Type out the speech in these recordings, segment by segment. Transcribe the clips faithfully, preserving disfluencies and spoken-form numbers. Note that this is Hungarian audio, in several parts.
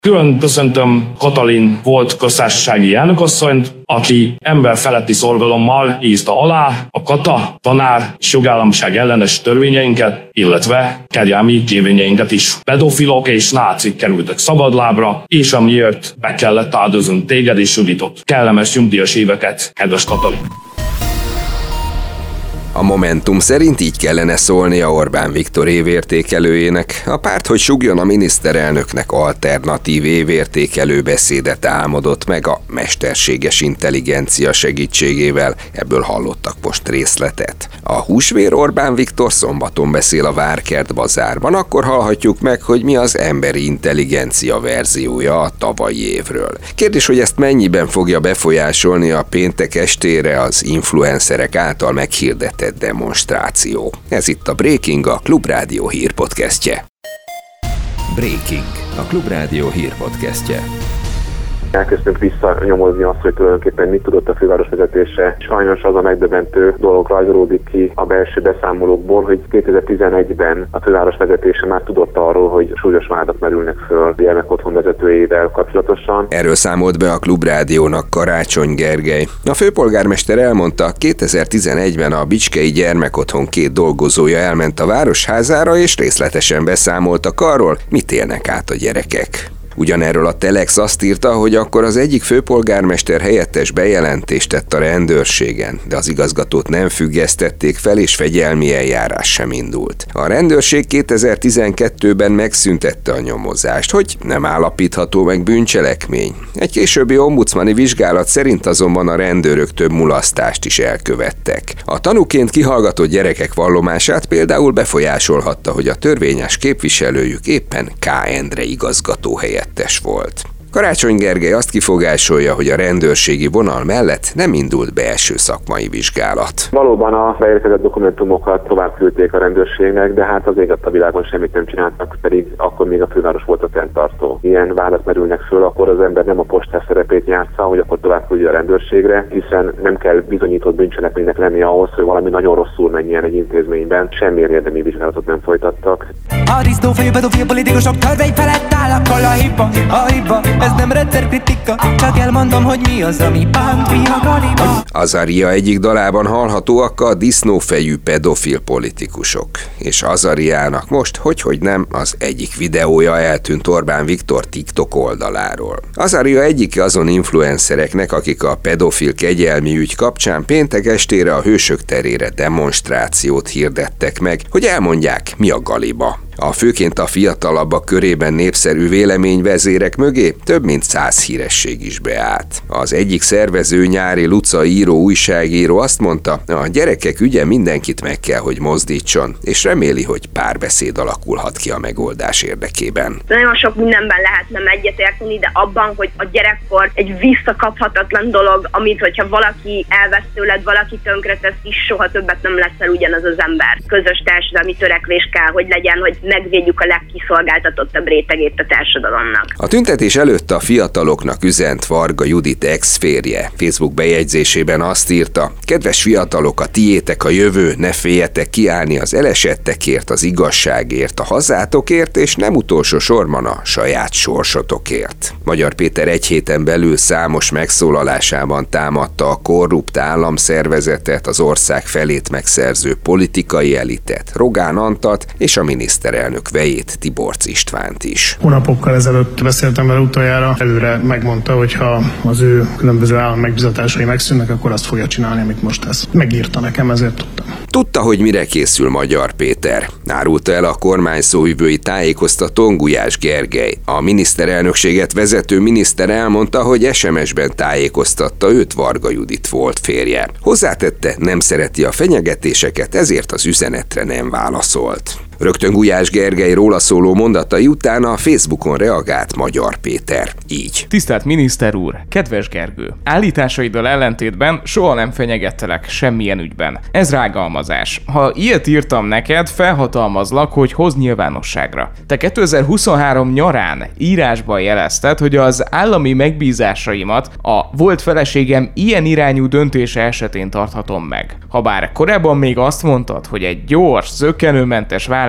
Külön köszöntöm Katalin volt köztársasági elnökasszonyt, aki emberfeletti szorgalommal írta alá a kata, tanár és jogállamiság ellenes törvényeinket, illetve kegyelmi kérvényeinket is. Pedofilok és nácik kerültek szabadlábra, és amiért be kellett áldoznunk téged és Juditot. Kellemes nyugdíjas éveket, kedves Katalin! A Momentum szerint így kellene szólnia Orbán Viktor évértékelőjének. A párt, hogy sugjon a miniszterelnöknek alternatív évértékelő beszédet álmodott meg a mesterséges intelligencia segítségével. Ebből hallottak most részletet. A húsvér Orbán Viktor szombaton beszél a Várkert bazárban, akkor hallhatjuk meg, hogy mi az emberi intelligencia verziója a tavalyi évről. Kérdés, hogy ezt mennyiben fogja befolyásolni a péntek estére az influencerek által meghirdetett demonstráció. Ez itt a Breaking, a Klubrádió hírpodcastje. Breaking, a Klubrádió hírpodcastje. Elkezdtünk visszanyomozni azt, hogy tulajdonképpen mit tudott a főváros vezetése. Sajnos az a megdöbbentő dolog rajzolódik ki a belső beszámolókból, hogy kétezer-tizenegyben a főváros vezetése már tudott arról, hogy súlyos vádak merülnek föl gyermekotthon vezetőjével kapcsolatosan. Erről számolt be a Klubrádiónak Karácsony Gergely. A főpolgármester elmondta, kétezer-tizenegyben a Bicskei Gyermekotthon két dolgozója elment a városházára, és részletesen beszámoltak arról, mit élnek át a gyerekek. Ugyanerről a Telex azt írta, hogy akkor az egyik főpolgármester helyettes bejelentést tett a rendőrségen, de az igazgatót nem függesztették fel, és fegyelmi eljárás sem indult. A rendőrség kétezer-tizenkettőben megszüntette a nyomozást, hogy nem állapítható meg bűncselekmény. Egy későbbi ombudsmani vizsgálat szerint azonban a rendőrök több mulasztást is elkövettek. A tanúként kihallgatott gyerekek vallomását például befolyásolhatta, hogy a törvényes képviselőjük éppen K. Endre igazgató helyettes volt. Karácsony Gergely azt kifogásolja, hogy a rendőrségi vonal mellett nem indult belső szakmai vizsgálat. Valóban a beérkezett dokumentumokat tovább küldték a rendőrségnek, de hát az ég a világon semmit nem csináltak, pedig akkor még a főváros volt a fenntartó. Ilyen vádak merülnek föl, akkor az ember nem a postás szerepét játsza, hogy akkor tovább küldje a rendőrségre, hiszen nem kell bizonyított bűncselekménynek lenni ahhoz, hogy valami nagyon rosszul menjen egy intézményben. Semmilyen érdemi vizsgálatot nem folytattak. Arisztófejű pedofil politikusok törvény felett áll, akkor a hiba, a hiba. Ez nem rendszer kritika, csak elmondom, hogy mi az, ami pont mi a galiba. Azaria egyik dalában hallhatóak a disznófejű pedofil politikusok. És Azariának most, hogyhogy nem, az egyik videója eltűnt Orbán Viktor TikTok oldaláról. Azaria egyike azon influencereknek, akik a pedofil kegyelmi ügy kapcsán péntek estére a Hősök terére demonstrációt hirdettek meg, hogy elmondják, mi a galiba. A főként a fiatalabbak körében népszerű véleményvezérek mögé több mint száz híresség is beállt. Az egyik szervező, Nyári Luca író újságíró azt mondta, a gyerekek ügye mindenkit meg kell, hogy mozdítson, és reméli, hogy párbeszéd alakulhat ki a megoldás érdekében. Nagyon sok mindenben lehetne egyetérteni, de abban, hogy a gyerekkor egy visszakaphatatlan dolog, amit hogyha valaki elvesz tőled, valaki tönkretesz, is soha többet nem leszel ugyanaz az ember. Közös társadalmi törekvés kell, hogy legyen, hogy megvédjük a legkiszolgáltatottabb rétegét a társadalomnak. A tüntetés előtt a fiataloknak üzent Varga Judit ex-férje. Facebook bejegyzésében azt írta, kedves fiatalok, a tiétek a jövő, ne féljetek kiállni az elesettekért, az igazságért, a hazátokért, és nem utolsó sorban a saját sorsotokért. Magyar Péter egy héten belül számos megszólalásában támadta a korrupt államszervezetet, az ország felét megszerző politikai elitet, Rogán Antalt és a miniszterelnök vejét, Tiborcz Istvánt is. Hónapokkal ezelőtt beszéltem vele utoljára, előre megmondta, hogy ha az ő különböző állam megbizatásai megszűnnek, akkor azt fogja csinálni, amit most tesz. Megírta nekem, ezért tudtam. Tudta, hogy mire készül Magyar Péter. Árulta el a kormány szóvivői tájékoztatón Gulyás Gergely. A miniszterelnökséget vezető miniszter elmondta, hogy es em es-ben tájékoztatta őt Varga Judit volt férje. Hozzátette, nem szereti a fenyegetéseket, ezért az üzenetre nem válaszolt. Rögtön Gulyás Gergely róla szóló mondatai után a Facebookon reagált Magyar Péter. Így. Tisztelt miniszter úr, kedves Gergő! Állításaiddal ellentétben soha nem fenyegettelek semmilyen ügyben. Ez rágalmazás. Ha ilyet írtam neked, felhatalmazlak, hogy hozd nyilvánosságra. Te kétezer-huszonhárom nyarán írásban jelezted, hogy az állami megbízásaimat a volt feleségem ilyen irányú döntése esetén tarthatom meg. Habár korábban még azt mondtad, hogy egy gyors, zökkenőmentes vállás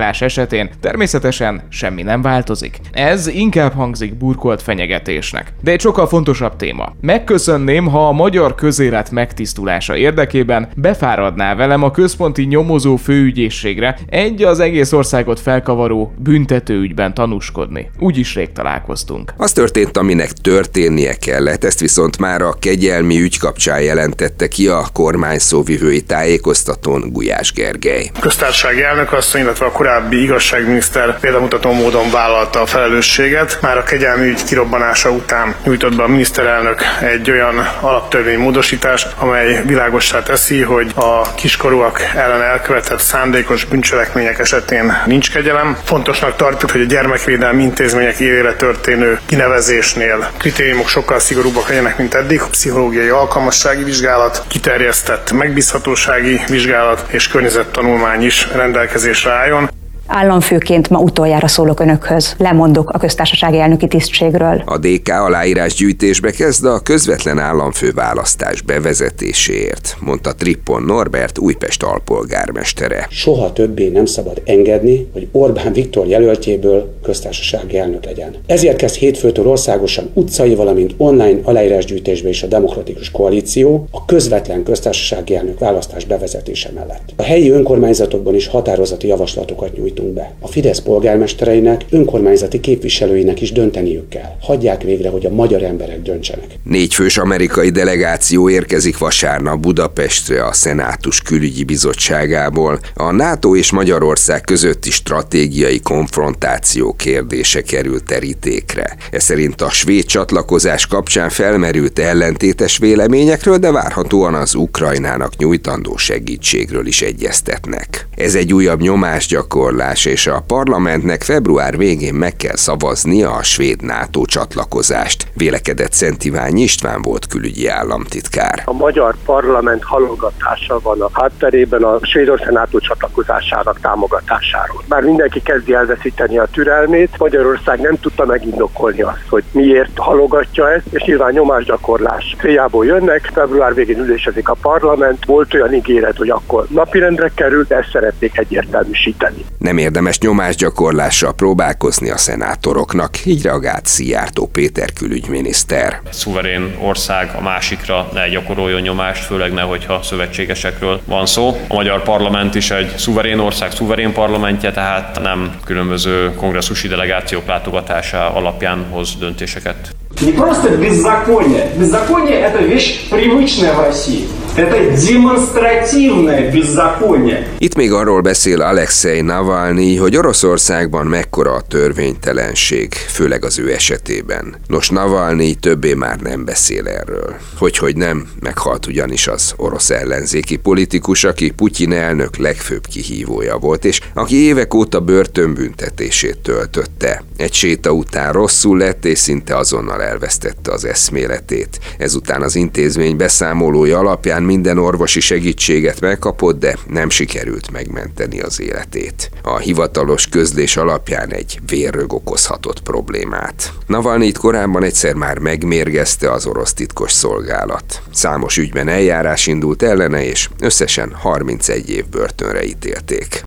ellenállás esetén természetesen semmi nem változik. Ez inkább hangzik burkolt fenyegetésnek. De egy sokkal fontosabb téma. Megköszönném, ha a magyar közélet megtisztulása érdekében befáradná velem a központi nyomozó főügyészségre egy az egész országot felkavaró büntetőügyben tanúskodni. Úgyis rég találkoztunk. Az történt, aminek történnie kellett, ezt viszont már a kegyelmi ügy kapcsán jelentette ki a kormány szóvivői tájékoztatón Gulyás Gergely. Köztársasági elnökasszony, illetve a korábbi igazságminiszter példamutató módon vállalta a felelősséget. Már a kegyelmi ügy kirobbanása után nyújtott be a miniszterelnök egy olyan alaptörvénymódosítást, amely világossá teszi, hogy a kiskorúak ellen elkövetett szándékos bűncselekmények esetén nincs kegyelem. Fontosnak tartjuk, hogy a gyermekvédelmi intézmények élére történő kinevezésnél kritériumok sokkal szigorúbbak legyenek, mint eddig. Pszichológiai alkalmassági vizsgálat, kiterjesztett megbízhatósági vizsgálat és környezettanulmány is rendelkezésre álljon. Államfőként ma utoljára szólok önökhöz. Lemondok a köztársasági elnöki tisztségről. A dé ká aláírásgyűjtésbe kezd a közvetlen államfő választás bevezetéséért, mondta Trippon Norbert, Újpest alpolgármestere. Soha többé nem szabad engedni, hogy Orbán Viktor jelöltjéből köztársasági elnök legyen. Ezért kezd hétfőtől országosan utcai, valamint online aláírásgyűjtésbe is a Demokratikus Koalíció a közvetlen köztársasági elnök választás bevezetése mellett. A helyi önkormányzatokban is határozati javaslatokat nyújtunk be. A Fidesz polgármestereinek, önkormányzati képviselőinek is dönteniük kell. Hagyják végre, hogy a magyar emberek döntsenek. Négy fős amerikai delegáció érkezik vasárnap Budapestre a Szenátus Külügyi Bizottságából. A NATO és Magyarország közötti stratégiai konfrontáció kérdése került terítékre. Ez szerint a svéd csatlakozás kapcsán felmerült ellentétes véleményekről, de várhatóan az Ukrajnának nyújtandó segítségről is egyeztetnek. Ez egy újabb nyomásgyakorlás, és a parlamentnek február végén meg kell szavaznia a svéd NATO csatlakozást, vélekedett Szent Iványi István volt külügyi államtitkár. A magyar parlament halogatása van a hátterében a Svédország NATO csatlakozásának támogatásáról. Már mindenki kezdi elveszíteni a türelmét, Magyarország nem tudta megindokolni azt, hogy miért halogatja ezt, és nyilván nyomásgyakorlás céljából jönnek, február végén ülésezik a parlament, volt olyan ígéret, hogy akkor napirendre kerül, de ezt szeretnék egyértelműsíteni. Nem érdemes nyomásgyakorlással próbálkozni a szenátoroknak, így reagált Szijjártó Péter külügyminiszter. Egy szuverén ország a másikra ne gyakoroljon nyomást, főleg ne, hogyha szövetségesekről van szó. A magyar parlament is egy szuverén ország, szuverén parlamentje, tehát nem különböző kongresszusi delegációk látogatása alapján hoz döntéseket. Не просто беззаконие. Беззаконие – это вещь привычная в России. Это демонстративное беззаконие. Itt még arról beszél Alexei Navalnyi, hogy Oroszországban mekkora a törvénytelenség, főleg az ő esetében. Nos, Navalnyi többé már nem beszél erről. Hogyhogy nem, meghalt ugyanis az orosz ellenzéki politikus, aki Putyin elnök legfőbb kihívója volt, és aki évek óta börtönbüntetését töltötte. Egy séta után rosszul lett, és szinte azonnal elvesztette az eszméletét. Ezután az intézmény beszámolója alapján minden orvosi segítséget megkapott, de nem sikerült megmenteni az életét. A hivatalos közlés alapján egy vérrög okozhatott problémát. Navalnyit korábban egyszer már megmérgezte az orosz titkos szolgálat. Számos ügyben eljárás indult ellene, és összesen harmincegy év börtönre ítélték.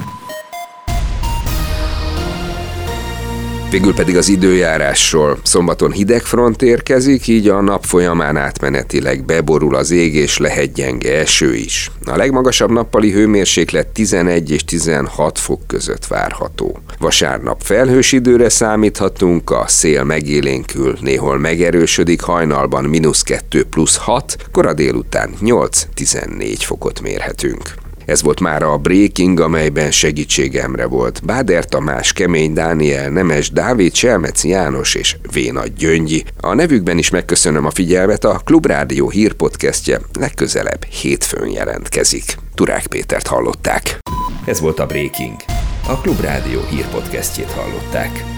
Végül pedig az időjárásról. Szombaton hideg front érkezik, így a nap folyamán átmenetileg beborul az ég és lehet gyenge eső is. A legmagasabb nappali hőmérséklet tizenegy és tizenhat fok között várható. Vasárnap felhős időre számíthatunk, a szél megélénkül, néhol megerősödik, hajnalban mínusz kettő plusz hat, kora délután nyolc-tizennégy fokot mérhetünk. Ez volt már a Breaking, amelyben segítségemre volt Báder Tamás, Kemény Dániel, Nemes Dávid, Selmeci János és Vénagy Gyöngyi. A nevükben is megköszönöm a figyelmet, a Klubrádió hírpodcastje legközelebb hétfőn jelentkezik. Turák Pétert hallották. Ez volt a Breaking. A Klubrádió hírpodcastjét hallották.